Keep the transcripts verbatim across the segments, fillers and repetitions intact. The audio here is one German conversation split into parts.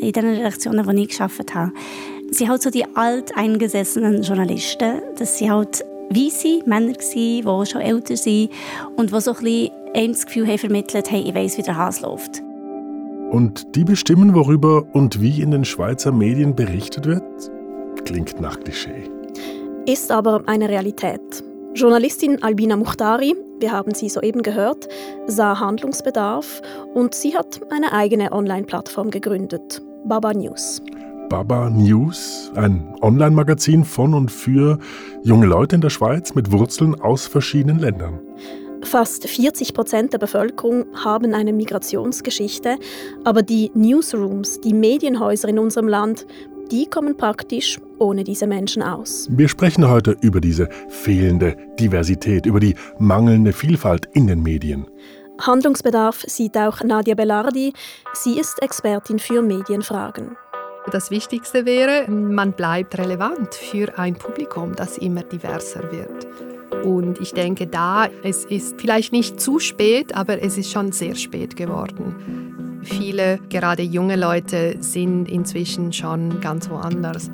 in den Redaktionen, wo ich gearbeitet habe, sind halt so die alteingesessenen Journalisten. Das sind halt weisse Männer, die schon älter sind und die so ein bisschen einem das Gefühl haben vermittelt, hey, ich weiss, wie der Hase läuft. Und die bestimmen, worüber und wie in den Schweizer Medien berichtet wird? Klingt nach Klischee. Ist aber eine Realität. Journalistin Albina Muchtari, wir haben sie soeben gehört, sah Handlungsbedarf und sie hat eine eigene Online-Plattform gegründet, Baba News. Baba News, ein Online-Magazin von und für junge Leute in der Schweiz mit Wurzeln aus verschiedenen Ländern. Fast vierzig Prozent der Bevölkerung haben eine Migrationsgeschichte, aber die Newsrooms, die Medienhäuser in unserem Land, die kommen praktisch ohne diese Menschen aus. Wir sprechen heute über diese fehlende Diversität, über die mangelnde Vielfalt in den Medien. Handlungsbedarf sieht auch Nadia Belardi. Sie ist Expertin für Medienfragen. Das Wichtigste wäre, man bleibt relevant für ein Publikum, das immer diverser wird. Und ich denke, da es ist vielleicht nicht zu spät, aber es ist schon sehr spät geworden. Viele, gerade junge Leute, sind inzwischen schon ganz woanders.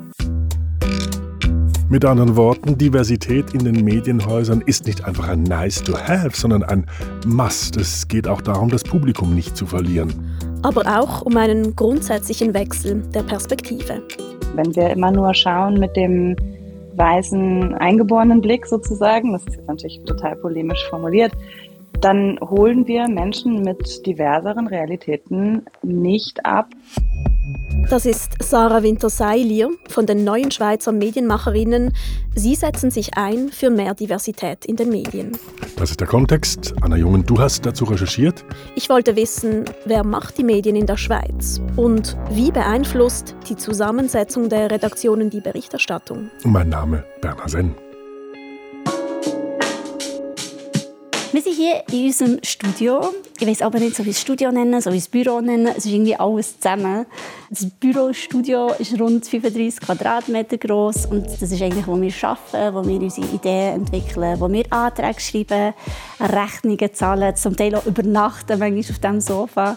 Mit anderen Worten, Diversität in den Medienhäusern ist nicht einfach ein nice to have, sondern ein must. Es geht auch darum, das Publikum nicht zu verlieren. Aber auch um einen grundsätzlichen Wechsel der Perspektive. Wenn wir immer nur schauen mit dem weißen, eingeborenen Blick sozusagen, das ist jetzt natürlich total polemisch formuliert, dann holen wir Menschen mit diverseren Realitäten nicht ab. Das ist Sarah Winter-Seilier von den Neuen Schweizer Medienmacherinnen. Sie setzen sich ein für mehr Diversität in den Medien. Das ist der Kontext. Anna Jungen, du hast dazu recherchiert. Ich wollte wissen, wer macht die Medien in der Schweiz und wie beeinflusst die Zusammensetzung der Redaktionen die Berichterstattung? Mein Name Bernhard Senn. Wir sind hier in unserem Studio. Ich weiss aber nicht, so wie das Studio nennen, so wie das Büro nennen. Es ist irgendwie alles zusammen. Das Bürostudio ist rund fünfunddreissig Quadratmeter gross und das ist eigentlich, wo wir arbeiten, wo wir unsere Ideen entwickeln, wo wir Anträge schreiben, Rechnungen zahlen, zum Teil auch übernachten, manchmal auf diesem Sofa.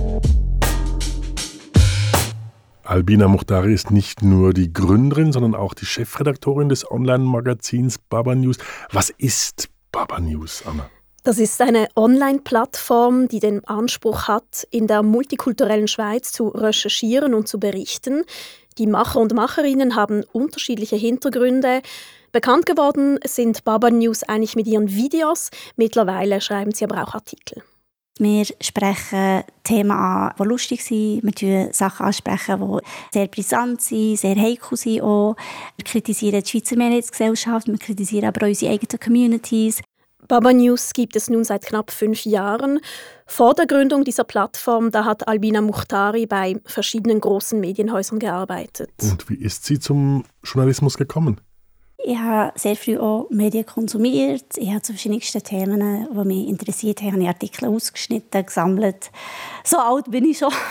Albina Muchtari ist nicht nur die Gründerin, sondern auch die Chefredaktorin des Online-Magazins Baba News. Was ist Baba News, Anna? Das ist eine Online-Plattform, die den Anspruch hat, in der multikulturellen Schweiz zu recherchieren und zu berichten. Die Macher und Macherinnen haben unterschiedliche Hintergründe. Bekannt geworden sind Baba News eigentlich mit ihren Videos. Mittlerweile schreiben sie aber auch Artikel. Wir sprechen Themen an, die lustig sind. Wir sprechen Sachen ansprechen, die sehr brisant sind, sehr heikel sind auch. Wir kritisieren die Schweizer Mehrheitsgesellschaft, wir kritisieren aber auch unsere eigenen Communities. Baba News gibt es nun seit knapp fünf Jahren. Vor der Gründung dieser Plattform da hat Albina Muchtari bei verschiedenen großen Medienhäusern gearbeitet. Und wie ist sie zum Journalismus gekommen? Ich habe sehr früh auch Medien konsumiert. Ich habe zu verschiedensten Themen, die mich interessiert haben, habe ich Artikel ausgeschnitten, gesammelt. So alt bin ich schon.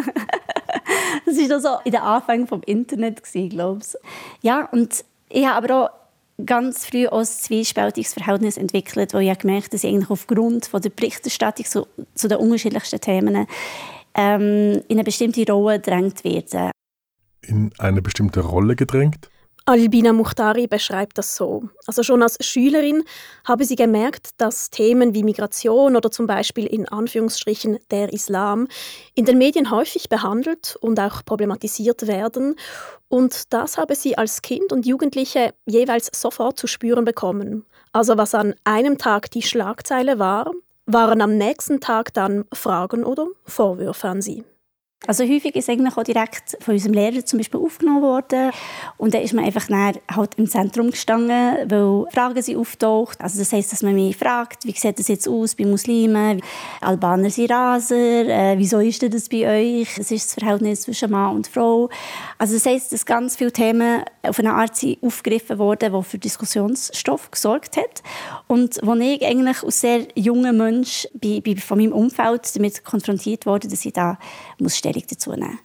Das war so in den Anfängen des Internet, glaube ich. Ja, und ich habe aber auch ganz früh auch ein zwiespältiges Verhältnis entwickelt, wo ich gemerkt habe, dass ich eigentlich aufgrund von der Berichterstattung zu, zu den unterschiedlichsten Themen ähm, in eine bestimmte Rolle gedrängt werde. In eine bestimmte Rolle gedrängt? Albina Muchtari beschreibt das so. Also schon als Schülerin habe sie gemerkt, dass Themen wie Migration oder zum Beispiel in Anführungsstrichen der Islam in den Medien häufig behandelt und auch problematisiert werden. Und das habe sie als Kind und Jugendliche jeweils sofort zu spüren bekommen. Also was an einem Tag die Schlagzeile war, waren am nächsten Tag dann Fragen oder Vorwürfe an sie. Also häufig ist eigentlich auch direkt von unserem Lehrer zum Beispiel aufgenommen worden. Und dann ist man einfach halt im Zentrum gestanden, weil Fragen sind auftaucht. Also das heisst, dass man mich fragt, wie sieht das jetzt aus bei Muslimen? Albaner sind Raser, äh, wieso ist das bei euch? Was ist das Verhältnis zwischen Mann und Frau? Also das heisst, dass ganz viele Themen auf eine Art sind aufgegriffen wurden, die für Diskussionsstoff gesorgt hat. Und wo ich eigentlich als sehr junger Mensch bei, bei, von meinem Umfeld damit konfrontiert wurde, dass ich da muss dazu nehmen.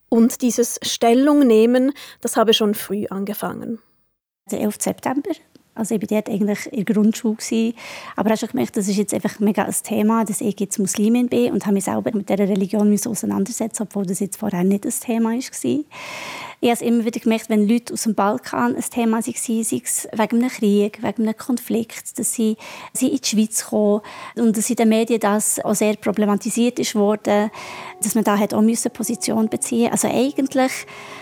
Und dieses Stellung nehmen, das habe schon früh angefangen. Der elften September Also ich war dort eigentlich in der Grundschule gewesen, aber hast schon gemerkt, das ist jetzt einfach mega ein Thema, dass ich jetzt Muslimin bin und habe mich selber mit dieser Religion auseinandersetzen, obwohl das jetzt vorher nicht ein Thema war. Ich habe es immer wieder gemerkt, wenn Leute aus dem Balkan ein Thema waren, sei es wegen einem Krieg, wegen einem Konflikt, dass sie, sie in die Schweiz kommen und dass in den Medien das auch sehr problematisiert ist worden, dass man da hat auch Position beziehen musste. Also eigentlich,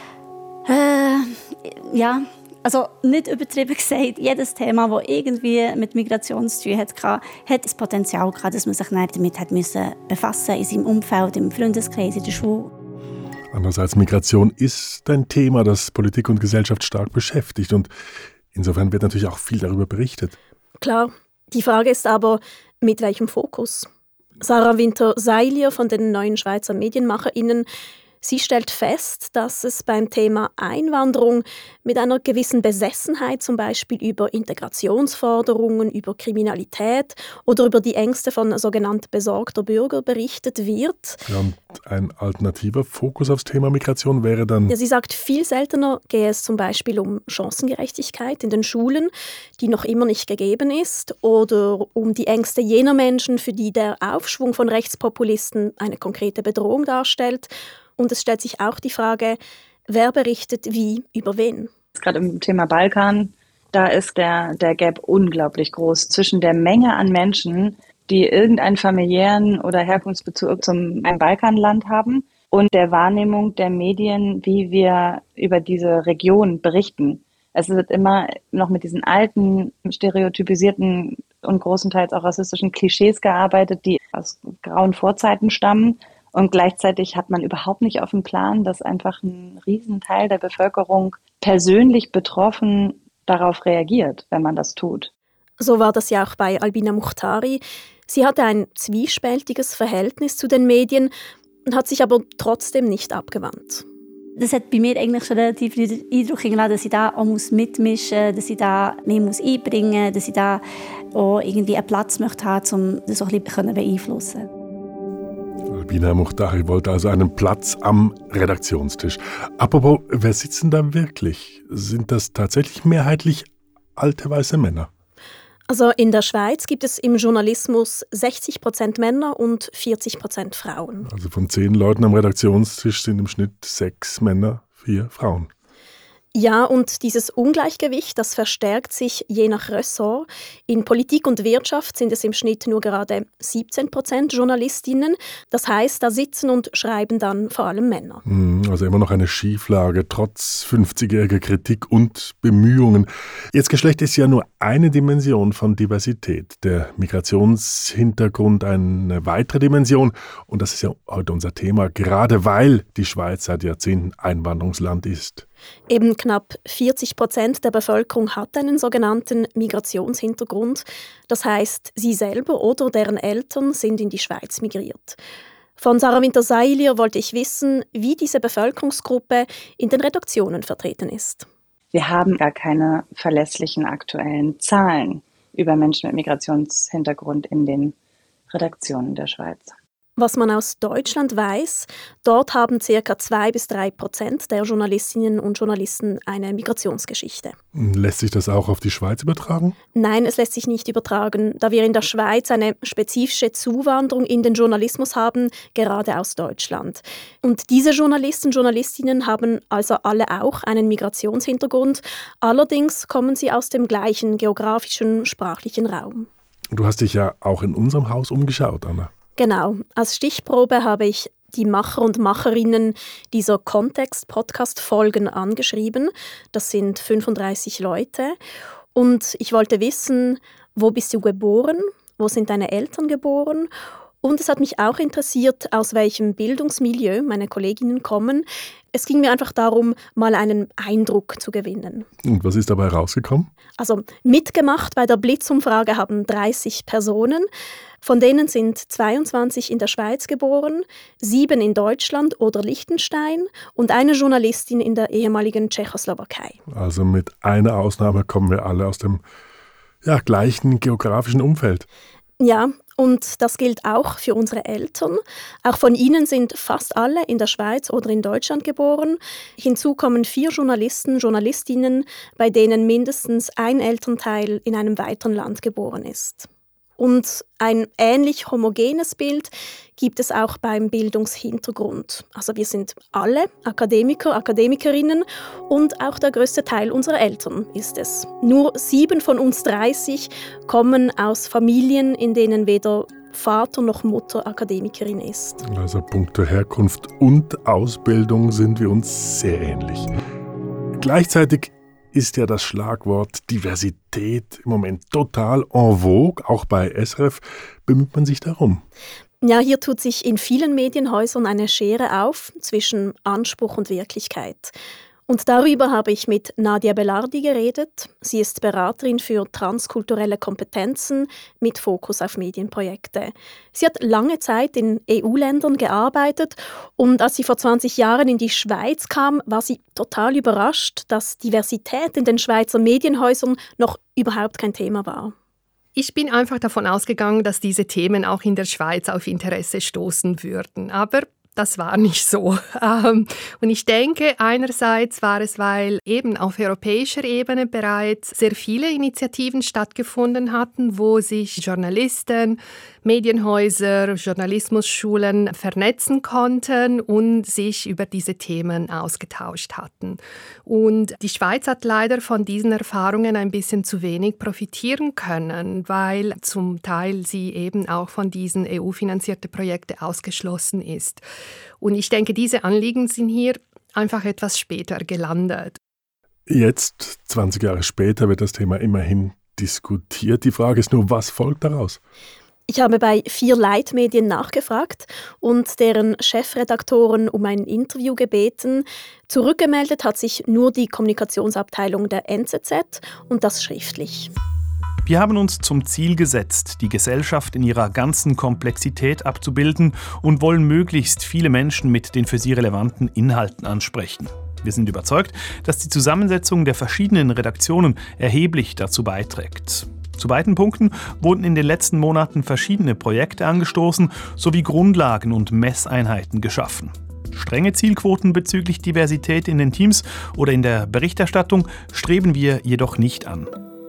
äh, ja, also nicht übertrieben gesagt, jedes Thema, das irgendwie mit Migration zu tun hatte, hat das Potenzial gehabt, dass man sich damit hat befassen musste, in seinem Umfeld, im Freundeskreis, in der Schule. Andererseits, Migration ist ein Thema, das Politik und Gesellschaft stark beschäftigt. Und insofern wird natürlich auch viel darüber berichtet. Klar, die Frage ist aber, mit welchem Fokus? Sarah Winter-Seilier von den Neuen Schweizer MedienmacherInnen, sie stellt fest, dass es beim Thema Einwanderung mit einer gewissen Besessenheit zum Beispiel über Integrationsforderungen, über Kriminalität oder über die Ängste von sogenannten besorgter Bürger berichtet wird. Ja, und ein alternativer Fokus aufs Thema Migration wäre dann... Ja, sie sagt, viel seltener gehe es zum Beispiel um Chancengerechtigkeit in den Schulen, die noch immer nicht gegeben ist, oder um die Ängste jener Menschen, für die der Aufschwung von Rechtspopulisten eine konkrete Bedrohung darstellt. Und es stellt sich auch die Frage, wer berichtet wie über wen. Gerade im Thema Balkan, da ist der, der Gap unglaublich groß zwischen der Menge an Menschen, die irgendeinen familiären oder Herkunftsbezug zum einem Balkanland haben, und der Wahrnehmung der Medien, wie wir über diese Region berichten. Es wird immer noch mit diesen alten, stereotypisierten und großenteils auch rassistischen Klischees gearbeitet, die aus grauen Vorzeiten stammen. Und gleichzeitig hat man überhaupt nicht auf dem Plan, dass einfach ein Riesenteil der Bevölkerung persönlich betroffen darauf reagiert, wenn man das tut. So war das ja auch bei Albina Muchtari. Sie hatte ein zwiespältiges Verhältnis zu den Medien und hat sich aber trotzdem nicht abgewandt. Das hat bei mir eigentlich schon relativ den Eindruck hinterlassen, dass ich da auch mitmischen muss, dass ich da mehr einbringen muss, dass ich da auch irgendwie einen Platz möchte haben, um das auch ein bisschen beeinflussen. Albina Muchtari wollte also einen Platz am Redaktionstisch. Apropos, wer sitzt denn da wirklich? Sind das tatsächlich mehrheitlich alte weiße Männer? Also in der Schweiz gibt es im Journalismus sechzig Prozent Männer und vierzig Prozent Frauen. Also von zehn Leuten am Redaktionstisch sind im Schnitt sechs Männer, vier Frauen. Ja, und dieses Ungleichgewicht, das verstärkt sich je nach Ressort. In Politik und Wirtschaft sind es im Schnitt nur gerade siebzehn Prozent Journalistinnen. Das heißt, da sitzen und schreiben dann vor allem Männer. Also immer noch eine Schieflage, trotz fünfzigjähriger Kritik und Bemühungen. Jetzt Geschlecht ist ja nur eine Dimension von Diversität. Der Migrationshintergrund eine weitere Dimension. Und das ist ja heute unser Thema, gerade weil die Schweiz seit Jahrzehnten Einwanderungsland ist. Eben knapp vierzig Prozent der Bevölkerung hat einen sogenannten Migrationshintergrund. Das heißt, sie selber oder deren Eltern sind in die Schweiz migriert. Von Sarah Winter-Seilier wollte ich wissen, wie diese Bevölkerungsgruppe in den Redaktionen vertreten ist. Wir haben gar keine verlässlichen aktuellen Zahlen über Menschen mit Migrationshintergrund in den Redaktionen der Schweiz. Was man aus Deutschland weiß, dort haben ca. zwei bis drei Prozent der Journalistinnen und Journalisten eine Migrationsgeschichte. Lässt sich das auch auf die Schweiz übertragen? Nein, es lässt sich nicht übertragen, da wir in der Schweiz eine spezifische Zuwanderung in den Journalismus haben, gerade aus Deutschland. Und diese Journalisten und Journalistinnen haben also alle auch einen Migrationshintergrund, allerdings kommen sie aus dem gleichen geografischen, sprachlichen Raum. Du hast dich ja auch in unserem Haus umgeschaut, Anna. Genau. Als Stichprobe habe ich die Macher und Macherinnen dieser Kontext-Podcast-Folgen angeschrieben. Das sind fünfunddreißig Leute. Und ich wollte wissen, wo bist du geboren? Wo sind deine Eltern geboren? Und es hat mich auch interessiert, aus welchem Bildungsmilieu meine Kolleginnen kommen. Es ging mir einfach darum, mal einen Eindruck zu gewinnen. Und was ist dabei rausgekommen? Also mitgemacht bei der Blitzumfrage haben dreißig Personen. Von denen sind zweiundzwanzig in der Schweiz geboren, sieben in Deutschland oder Liechtenstein und eine Journalistin in der ehemaligen Tschechoslowakei. Also mit einer Ausnahme kommen wir alle aus dem ja, gleichen geografischen Umfeld. Ja, Und das gilt auch für unsere Eltern. Auch von ihnen sind fast alle in der Schweiz oder in Deutschland geboren. Hinzu kommen vier Journalisten, Journalistinnen, bei denen mindestens ein Elternteil in einem weiteren Land geboren ist. Und ein ähnlich homogenes Bild gibt es auch beim Bildungshintergrund. Also wir sind alle Akademiker, Akademikerinnen und auch der größte Teil unserer Eltern ist es. Nur sieben von uns dreißig kommen aus Familien, in denen weder Vater noch Mutter Akademikerin ist. Also punkto Herkunft und Ausbildung sind wir uns sehr ähnlich. Gleichzeitig ist ja das Schlagwort Diversität im Moment total en vogue. Auch bei S R F bemüht man sich darum. Ja, hier tut sich in vielen Medienhäusern eine Schere auf zwischen Anspruch und Wirklichkeit. Und darüber habe ich mit Nadia Belardi geredet. Sie ist Beraterin für transkulturelle Kompetenzen mit Fokus auf Medienprojekte. Sie hat lange Zeit in E U-Ländern gearbeitet und als sie vor zwanzig Jahren in die Schweiz kam, war sie total überrascht, dass Diversität in den Schweizer Medienhäusern noch überhaupt kein Thema war. Ich bin einfach davon ausgegangen, dass diese Themen auch in der Schweiz auf Interesse stoßen würden. Aber das war nicht so. Und ich denke, einerseits war es, weil eben auf europäischer Ebene bereits sehr viele Initiativen stattgefunden hatten, wo sich Journalisten, Medienhäuser, Journalismusschulen vernetzen konnten und sich über diese Themen ausgetauscht hatten. Und die Schweiz hat leider von diesen Erfahrungen ein bisschen zu wenig profitieren können, weil zum Teil sie eben auch von diesen E U-finanzierten Projekten ausgeschlossen ist. Und ich denke, diese Anliegen sind hier einfach etwas später gelandet. Jetzt, zwanzig Jahre später, wird das Thema immerhin diskutiert. Die Frage ist nur, was folgt daraus? Ich habe bei vier Leitmedien nachgefragt und deren Chefredaktoren um ein Interview gebeten. Zurückgemeldet hat sich nur die Kommunikationsabteilung der N Z Z und das schriftlich. Wir haben uns zum Ziel gesetzt, die Gesellschaft in ihrer ganzen Komplexität abzubilden und wollen möglichst viele Menschen mit den für sie relevanten Inhalten ansprechen. Wir sind überzeugt, dass die Zusammensetzung der verschiedenen Redaktionen erheblich dazu beiträgt. Zu beiden Punkten wurden in den letzten Monaten verschiedene Projekte angestoßen sowie Grundlagen und Messeinheiten geschaffen. Strenge Zielquoten bezüglich Diversität in den Teams oder in der Berichterstattung streben wir jedoch nicht an.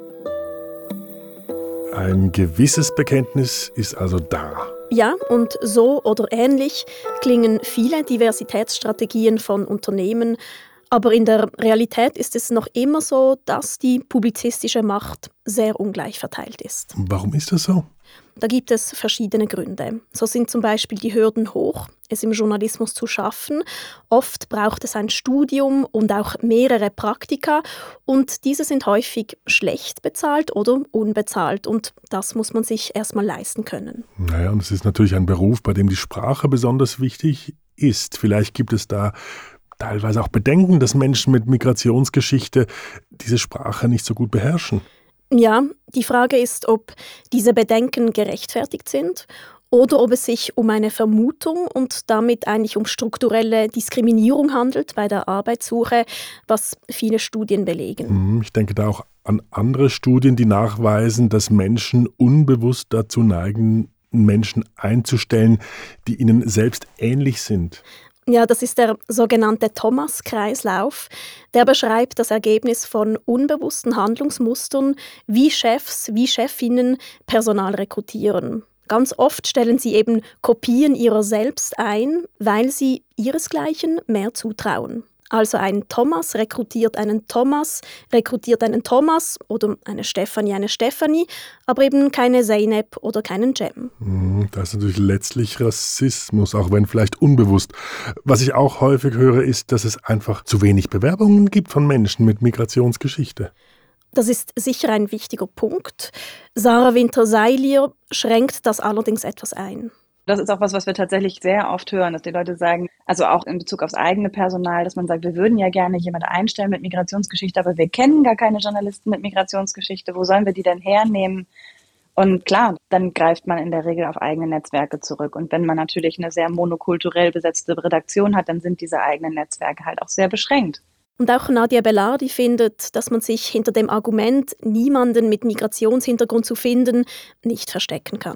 Ein gewisses Bekenntnis ist also da. Ja, und so oder ähnlich klingen viele Diversitätsstrategien von Unternehmen. Aber in der Realität ist es noch immer so, dass die publizistische Macht sehr ungleich verteilt ist. Warum ist das so? Da gibt es verschiedene Gründe. So sind zum Beispiel die Hürden hoch, es im Journalismus zu schaffen. Oft braucht es ein Studium und auch mehrere Praktika. Und diese sind häufig schlecht bezahlt oder unbezahlt. Und das muss man sich erstmal leisten können. Naja, und es ist natürlich ein Beruf, bei dem die Sprache besonders wichtig ist. Vielleicht gibt es da teilweise auch Bedenken, dass Menschen mit Migrationsgeschichte diese Sprache nicht so gut beherrschen. Ja, die Frage ist, ob diese Bedenken gerechtfertigt sind oder ob es sich um eine Vermutung und damit eigentlich um strukturelle Diskriminierung handelt bei der Arbeitssuche, was viele Studien belegen. Ich denke da auch an andere Studien, die nachweisen, dass Menschen unbewusst dazu neigen, Menschen einzustellen, die ihnen selbst ähnlich sind. Ja, das ist der sogenannte Thomas-Kreislauf. Der beschreibt das Ergebnis von unbewussten Handlungsmustern, wie Chefs, wie Chefinnen Personal rekrutieren. Ganz oft stellen sie eben Kopien ihrer selbst ein, weil sie ihresgleichen mehr zutrauen. Also ein Thomas rekrutiert einen Thomas, rekrutiert einen Thomas oder eine Stefanie eine Stefanie, aber eben keine Zeynep oder keinen Cem. Das ist natürlich letztlich Rassismus, auch wenn vielleicht unbewusst. Was ich auch häufig höre, ist, dass es einfach zu wenig Bewerbungen gibt von Menschen mit Migrationsgeschichte. Das ist sicher ein wichtiger Punkt. Sarah Winter-Seilier schränkt das allerdings etwas ein. Das ist auch was, was wir tatsächlich sehr oft hören, dass die Leute sagen, also auch in Bezug aufs eigene Personal, dass man sagt, wir würden ja gerne jemanden einstellen mit Migrationsgeschichte, aber wir kennen gar keine Journalisten mit Migrationsgeschichte. Wo sollen wir die denn hernehmen? Und klar, dann greift man in der Regel auf eigene Netzwerke zurück. Und wenn man natürlich eine sehr monokulturell besetzte Redaktion hat, dann sind diese eigenen Netzwerke halt auch sehr beschränkt. Und auch Nadia Belardi findet, dass man sich hinter dem Argument, niemanden mit Migrationshintergrund zu finden, nicht verstecken kann.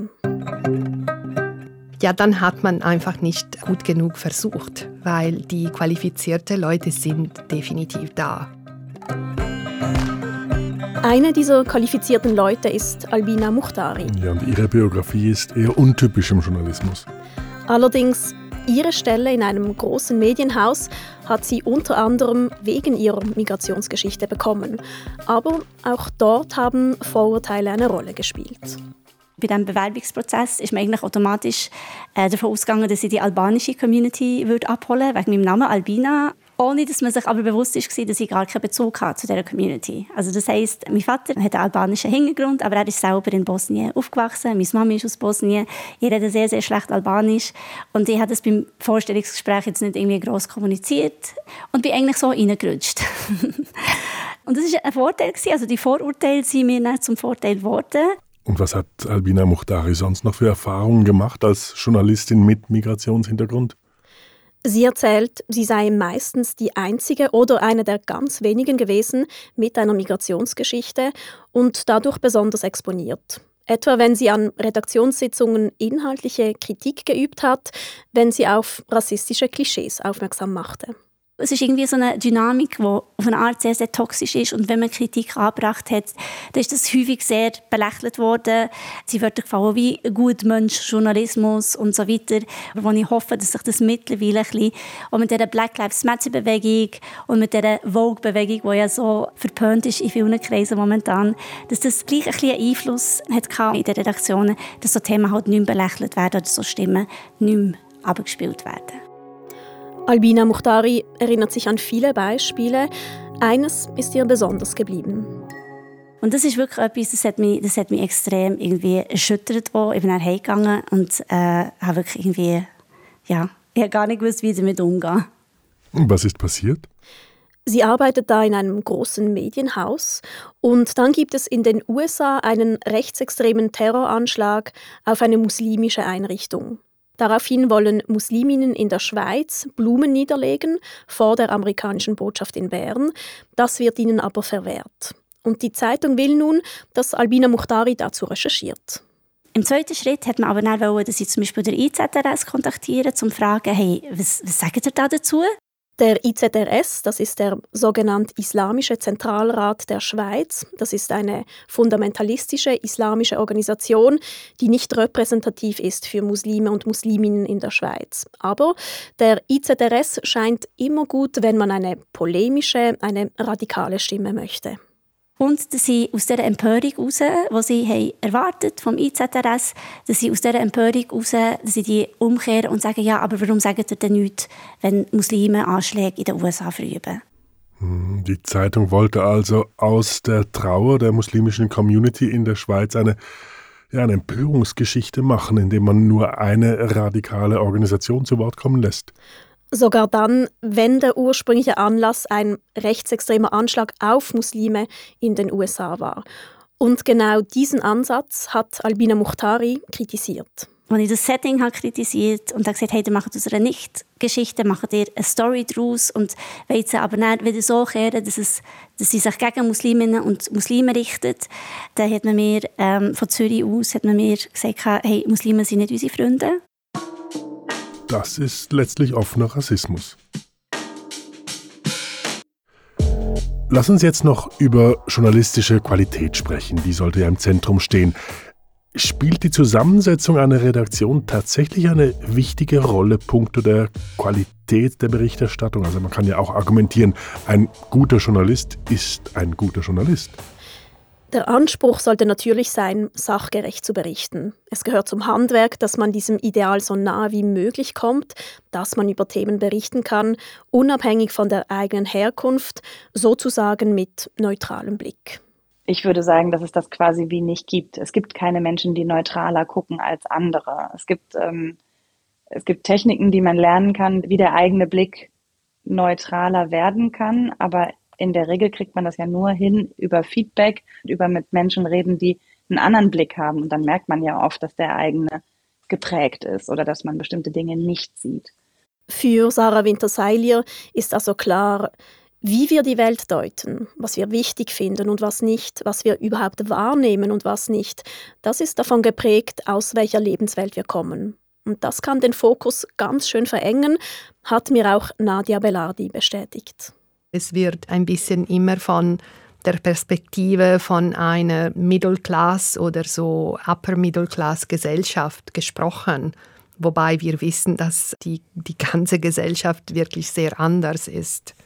Ja, dann hat man einfach nicht gut genug versucht, weil die qualifizierten Leute sind definitiv da. Eine dieser qualifizierten Leute ist Albina Muhtari. Ja, und ihre Biografie ist eher untypisch im Journalismus. Allerdings, ihre Stelle in einem großen Medienhaus hat sie unter anderem wegen ihrer Migrationsgeschichte bekommen. Aber auch dort haben Vorurteile eine Rolle gespielt. Bei diesem Bewerbungsprozess ist man eigentlich automatisch äh, davon ausgegangen, dass ich die albanische Community würde abholen würde, wegen meinem Namen Albina. Ohne dass man sich aber bewusst war, dass ich gar keinen Bezug hatte zu dieser Community. Also das heisst, mein Vater hat einen albanischen Hintergrund, aber er ist selber in Bosnien aufgewachsen. Meine Mama ist aus Bosnien. Ich rede sehr, sehr schlecht Albanisch. Und ich habe das beim Vorstellungsgespräch jetzt nicht irgendwie gross kommuniziert und bin eigentlich so reingerutscht. Und das war ein Vorteil. Also die Vorurteile sind mir nicht zum Vorteil geworden. Und was hat Albina Muhtari sonst noch für Erfahrungen gemacht als Journalistin mit Migrationshintergrund? Sie erzählt, sie sei meistens die einzige oder eine der ganz wenigen gewesen mit einer Migrationsgeschichte und dadurch besonders exponiert. Etwa wenn sie an Redaktionssitzungen inhaltliche Kritik geübt hat, wenn sie auf rassistische Klischees aufmerksam machte. Es ist irgendwie so eine Dynamik, die auf eine Art sehr, sehr toxisch ist. Und wenn man Kritik angebracht hat, dann ist das häufig sehr belächelt worden. Sie wird gefallen wie Gutmensch, Journalismus und so weiter. Aber wo ich hoffe, dass sich das mittlerweile ein bisschen auch mit dieser Black Lives Matter-Bewegung und mit dieser Vogue-Bewegung, die ja so verpönt ist in vielen Kreisen momentan, dass das gleich ein bisschen Einfluss hat in den Redaktionen, dass so Themen halt nicht mehr belächelt werden oder so Stimmen nicht mehr abgespielt werden. Albina Muhtari erinnert sich an viele Beispiele. Eines ist ihr besonders geblieben. Und das ist wirklich etwas, das hat mich, das hat mich extrem irgendwie erschüttert. Auch. Ich bin dann heimgegangen und äh, habe wirklich irgendwie, ja, ich habe gar nicht gewusst, wie ich damit umgehe. Und was ist passiert? Sie arbeitet da in einem großen Medienhaus und dann gibt es in den U S A einen rechtsextremen Terroranschlag auf eine muslimische Einrichtung. Daraufhin wollen Musliminnen in der Schweiz Blumen niederlegen vor der amerikanischen Botschaft in Bern. Das wird ihnen aber verwehrt. Und die Zeitung will nun, dass Albina Muhtari dazu recherchiert. Im zweiten Schritt hat man aber dann wollen, dass ich zum Beispiel den I Z R S kontaktiere, um zu fragen, hey, was, was sagt ihr da dazu? Der I Z R S, das ist der sogenannte Islamische Zentralrat der Schweiz. Das ist eine fundamentalistische islamische Organisation, die nicht repräsentativ ist für Muslime und Musliminnen in der Schweiz. Aber der I Z R S scheint immer gut, wenn man eine polemische, eine radikale Stimme möchte. Und dass sie aus dieser Empörung heraus, die sie haben erwartet vom I Z R S, dass sie aus dieser Empörung heraus, dass sie die umkehren und sagen, ja, aber warum sagt ihr denn nichts, wenn Muslime Anschläge in den U S A verüben? Die Zeitung wollte also aus der Trauer der muslimischen Community in der Schweiz eine, ja, eine Empörungsgeschichte machen, indem man nur eine radikale Organisation zu Wort kommen lässt. Sogar dann, wenn der ursprüngliche Anlass ein rechtsextremer Anschlag auf Muslime in den U S A war. Und genau diesen Ansatz hat Albina Muhtari kritisiert. Als ich das Setting habe kritisiert und habe gesagt, hey, ihr macht aus einer Nicht-Geschichte macht ihr eine Story daraus und wollt sie aber nicht wieder so kehren, dass, es, dass sie sich gegen Musliminnen und Muslime richtet, dann hat man mir ähm, von Zürich aus hat man mir gesagt, hey, Muslime sind nicht unsere Freunde. Das ist letztlich offener Rassismus. Lass uns jetzt noch über journalistische Qualität sprechen. Die sollte ja im Zentrum stehen. Spielt die Zusammensetzung einer Redaktion tatsächlich eine wichtige Rolle punkto der Qualität der Berichterstattung? Also man kann ja auch argumentieren, ein guter Journalist ist ein guter Journalist. Der Anspruch sollte natürlich sein, sachgerecht zu berichten. Es gehört zum Handwerk, dass man diesem Ideal so nah wie möglich kommt, dass man über Themen berichten kann, unabhängig von der eigenen Herkunft, sozusagen mit neutralem Blick. Ich würde sagen, dass es das quasi wie nicht gibt. Es gibt keine Menschen, die neutraler gucken als andere. Es gibt, ähm, es gibt Techniken, die man lernen kann, wie der eigene Blick neutraler werden kann, aber in der Regel kriegt man das ja nur hin über Feedback, über mit Menschen reden, die einen anderen Blick haben. Und dann merkt man ja oft, dass der eigene geprägt ist oder dass man bestimmte Dinge nicht sieht. Für Sarah Winter-Seilier ist also klar, Wie wir die Welt deuten, was wir wichtig finden und was nicht, was wir überhaupt wahrnehmen und was nicht, das ist davon geprägt, aus welcher Lebenswelt wir kommen. Und das kann den Fokus ganz schön verengen, hat mir auch Nadia Belardi bestätigt. Es wird ein bisschen immer von der Perspektive von einer Middle-Class- oder so Upper-Middle-Class-Gesellschaft gesprochen, wobei wir wissen, dass die, die ganze Gesellschaft wirklich sehr anders ist.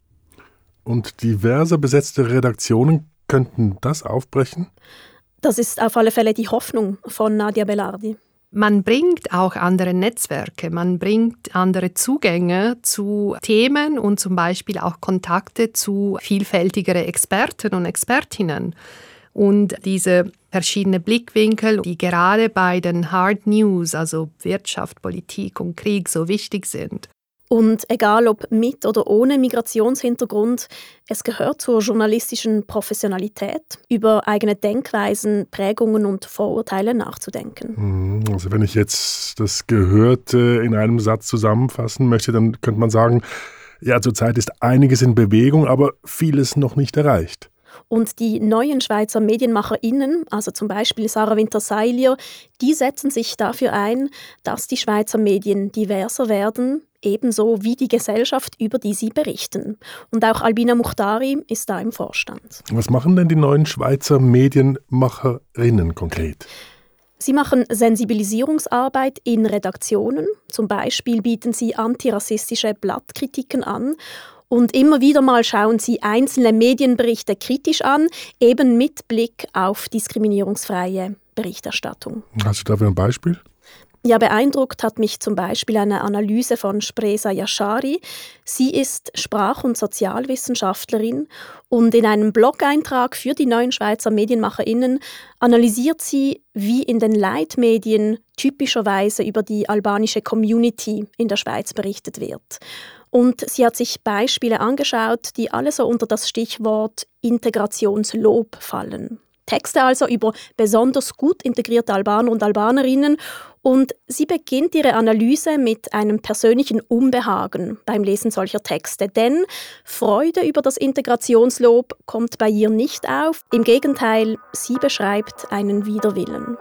Und diverse besetzte Redaktionen könnten das aufbrechen? Das ist auf alle Fälle die Hoffnung von Nadia Belardi. Man bringt auch andere Netzwerke, man bringt andere Zugänge zu Themen und zum Beispiel auch Kontakte zu vielfältigeren Experten und Expertinnen. Und diese verschiedenen Blickwinkel, die gerade bei den Hard News, also Wirtschaft, Politik und Krieg, so wichtig sind. Und egal ob mit oder ohne Migrationshintergrund, es gehört zur journalistischen Professionalität, über eigene Denkweisen, Prägungen und Vorurteile nachzudenken. Also wenn ich jetzt das Gehörte in einem Satz zusammenfassen möchte, dann könnte man sagen, ja, zurzeit ist einiges in Bewegung, aber vieles noch nicht erreicht. Und die neuen Schweizer MedienmacherInnen, also zum Beispiel Sarah Winter-Seilier, die setzen sich dafür ein, dass die Schweizer Medien diverser werden, ebenso wie die Gesellschaft, über die sie berichten. Und auch Albina Muchtari ist da im Vorstand. Was machen denn die neuen Schweizer MedienmacherInnen konkret? Sie machen Sensibilisierungsarbeit in Redaktionen. Zum Beispiel bieten sie antirassistische Blattkritiken an. Und immer wieder mal schauen sie einzelne Medienberichte kritisch an, eben mit Blick auf diskriminierungsfreie Berichterstattung. Hast du dafür ein Beispiel? Ja, beeindruckt hat mich zum Beispiel eine Analyse von Shpresa Yashari. Sie ist Sprach- und Sozialwissenschaftlerin und in einem Blog-Eintrag für die neuen Schweizer MedienmacherInnen analysiert sie, wie in den Leitmedien typischerweise über die albanische Community in der Schweiz berichtet wird. Und sie hat sich Beispiele angeschaut, die alle so unter das Stichwort Integrationslob fallen. Texte also über besonders gut integrierte Albaner und Albanerinnen. Und sie beginnt ihre Analyse mit einem persönlichen Unbehagen beim Lesen solcher Texte. Denn Freude über das Integrationslob kommt bei ihr nicht auf. Im Gegenteil, sie beschreibt einen Widerwillen.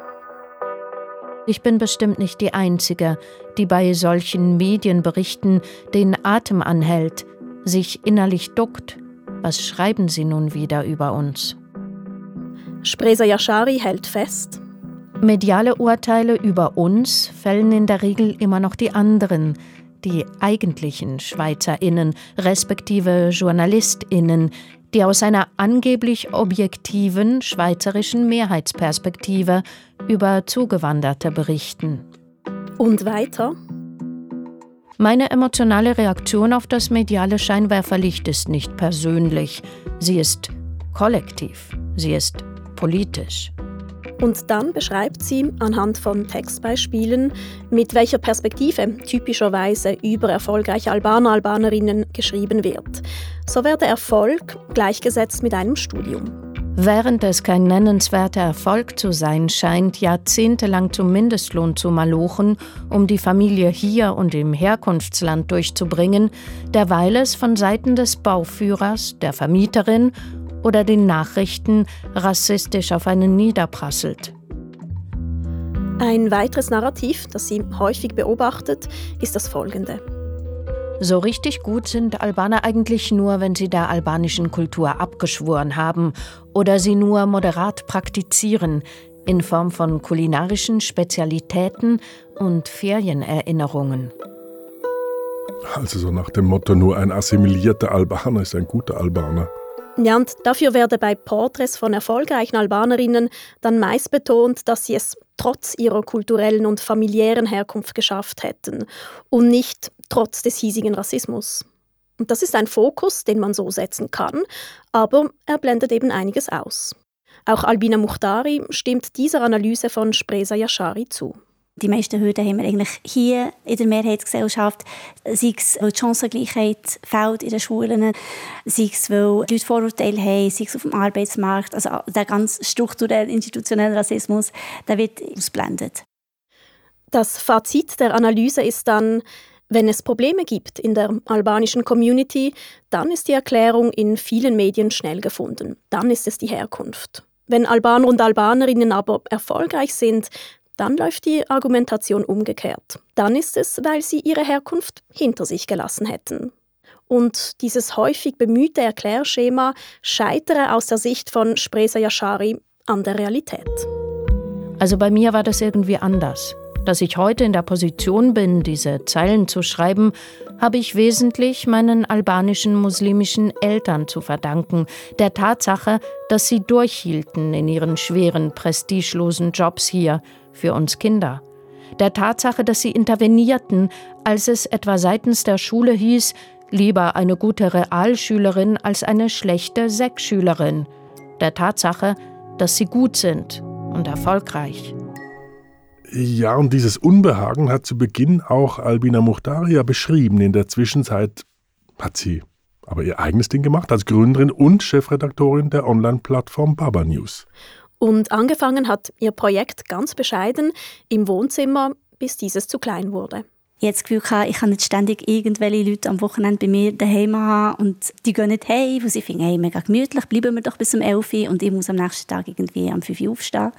Ich bin bestimmt nicht die Einzige, die bei solchen Medienberichten den Atem anhält, sich innerlich duckt. Was schreiben sie nun wieder über uns? Shpresa Yashari hält fest: Mediale Urteile über uns fällen in der Regel immer noch die anderen, die eigentlichen SchweizerInnen, respektive JournalistInnen, die aus einer angeblich objektiven schweizerischen Mehrheitsperspektive über Zugewanderte berichten. Und weiter? Meine emotionale Reaktion auf das mediale Scheinwerferlicht ist nicht persönlich. Sie ist kollektiv. Sie ist politisch. Und dann beschreibt sie anhand von Textbeispielen, mit welcher Perspektive typischerweise über erfolgreiche Albaner, Albanerinnen geschrieben wird. So werde Erfolg gleichgesetzt mit einem Studium. Während es kein nennenswerter Erfolg zu sein scheint, jahrzehntelang zum Mindestlohn zu malochen, um die Familie hier und im Herkunftsland durchzubringen, derweil es von Seiten des Bauführers, der Vermieterin oder den Nachrichten rassistisch auf einen niederprasselt. Ein weiteres Narrativ, das sie häufig beobachtet, ist das folgende. So richtig gut sind Albaner eigentlich nur, wenn sie der albanischen Kultur abgeschworen haben oder sie nur moderat praktizieren, in Form von kulinarischen Spezialitäten und Ferienerinnerungen. Also so nach dem Motto, nur ein assimilierter Albaner ist ein guter Albaner. Ja, und dafür werde bei Porträts von erfolgreichen Albanerinnen dann meist betont, dass sie es trotz ihrer kulturellen und familiären Herkunft geschafft hätten und nicht trotz des hiesigen Rassismus. Und das ist ein Fokus, den man so setzen kann, aber er blendet eben einiges aus. Auch Albina Muchtari stimmt dieser Analyse von Shpresa Yashari zu. Die meisten Hürden haben wir eigentlich hier in der Mehrheitsgesellschaft. Sei es, weil die Chancengleichheit fehlt in den Schulen, sei es, weil die Leute Vorurteile haben, sei es auf dem Arbeitsmarkt. Also der ganz strukturelle, institutionelle Rassismus, der wird ausblendet. Das Fazit der Analyse ist dann: Wenn es Probleme gibt in der albanischen Community, dann ist die Erklärung in vielen Medien schnell gefunden. Dann ist es die Herkunft. Wenn Albaner und Albanerinnen aber erfolgreich sind, dann läuft die Argumentation umgekehrt. Dann ist es, weil sie ihre Herkunft hinter sich gelassen hätten. Und dieses häufig bemühte Erklärschema scheitere aus der Sicht von Shpresa Yashari an der Realität. Also bei mir war das irgendwie anders. Dass ich heute in der Position bin, diese Zeilen zu schreiben, habe ich wesentlich meinen albanischen muslimischen Eltern zu verdanken, der Tatsache, dass sie durchhielten in ihren schweren, prestigelosen Jobs hier für uns Kinder. Der Tatsache, dass sie intervenierten, als es etwa seitens der Schule hieß, lieber eine gute Realschülerin als eine schlechte Sek-Schülerin. Der Tatsache, dass sie gut sind und erfolgreich. Ja, und dieses Unbehagen hat zu Beginn auch Albina Mukhtaria beschrieben. In der Zwischenzeit hat sie aber ihr eigenes Ding gemacht als Gründerin und Chefredaktorin der Online-Plattform Baba News. Und angefangen hat ihr Projekt ganz bescheiden im Wohnzimmer, bis dieses zu klein wurde. Ich habe das Gefühl, ich kann nicht ständig irgendwelche Leute am Wochenende bei mir daheim haben und die gehen nicht heim, weil sie finden, hey, mega gemütlich, bleiben wir doch bis um elf Uhr und ich muss am nächsten Tag irgendwie um fünf Uhr aufstehen.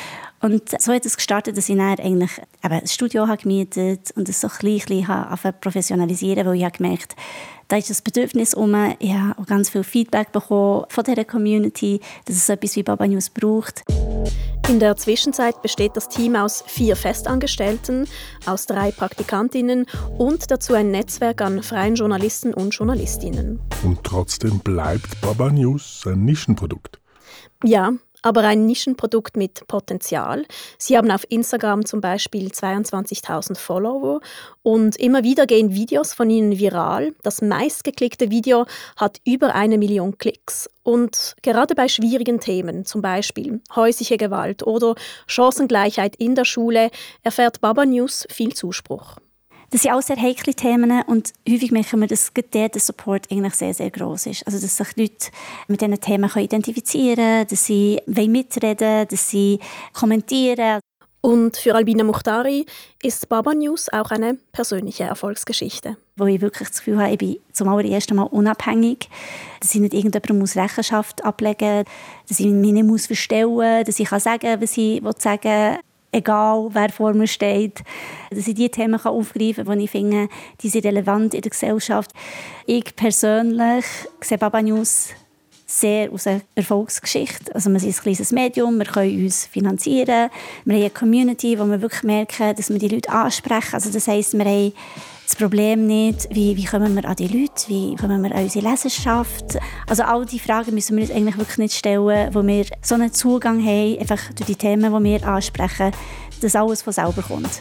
Und so hat es gestartet, dass ich dann eigentlich eben ein Studio habe gemietet und es so klein, klein habe professionalisieren, weil ich habe gemerkt, da ist das Bedürfnis um. Ich habe auch ganz viel Feedback bekommen von dieser Community, dass es so etwas wie Baba News braucht. In der Zwischenzeit besteht das Team aus vier Festangestellten, aus drei Praktikantinnen und dazu ein Netzwerk an freien Journalisten und Journalistinnen. Und trotzdem bleibt Baba News ein Nischenprodukt. Ja, aber ein Nischenprodukt mit Potenzial. Sie haben auf Instagram zum Beispiel zweiundzwanzigtausend Follower und immer wieder gehen Videos von ihnen viral. Das meistgeklickte Video hat über eine Million Klicks. Und gerade bei schwierigen Themen, zum Beispiel häusliche Gewalt oder Chancengleichheit in der Schule, erfährt Baba News viel Zuspruch. Das sind alles sehr heikle Themen und häufig merken wir, dass der Support eigentlich sehr, sehr gross ist. Also, dass sich Leute mit diesen Themen identifizieren können, dass sie mitreden, dass sie kommentieren. Und für Albina Mukhtari ist Baba News auch eine persönliche Erfolgsgeschichte. Wo ich wirklich das Gefühl habe, ich bin zum allerersten Mal unabhängig, dass ich nicht irgendjemandem muss Rechenschaft ablegen muss, dass ich mich nicht muss verstellen muss, dass ich sagen kann, was ich sagen will. Egal, wer vor mir steht, dass ich die Themen aufgreifen kann, die ich finde, die sind relevant in der Gesellschaft. Ich persönlich sehe Baba News sehr aus einer Erfolgsgeschichte. Also wir sind ein kleines Medium, wir können uns finanzieren, wir haben eine Community, wo wir wirklich merken, dass wir die Leute ansprechen. Also das heisst, wir haben das Problem nicht, wie, wie kommen wir an die Leute, wie kommen wir an unsere Leserschaft. Also all diese Fragen müssen wir uns eigentlich wirklich nicht stellen, wo wir so einen Zugang haben, einfach durch die Themen, die wir ansprechen, dass alles von selber kommt.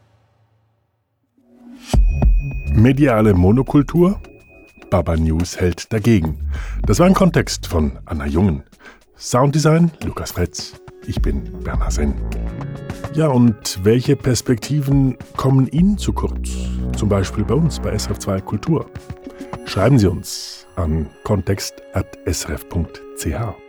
Mediale Monokultur? Baba News hält dagegen. Das war ein Kontext von Anna Jungen. Sounddesign Lukas Fretz. Ich bin Bernhard Senn. Ja, und welche Perspektiven kommen Ihnen zu kurz? Zum Beispiel bei uns bei S R F zwei Kultur. Schreiben Sie uns an kontext at s r f punkt c h.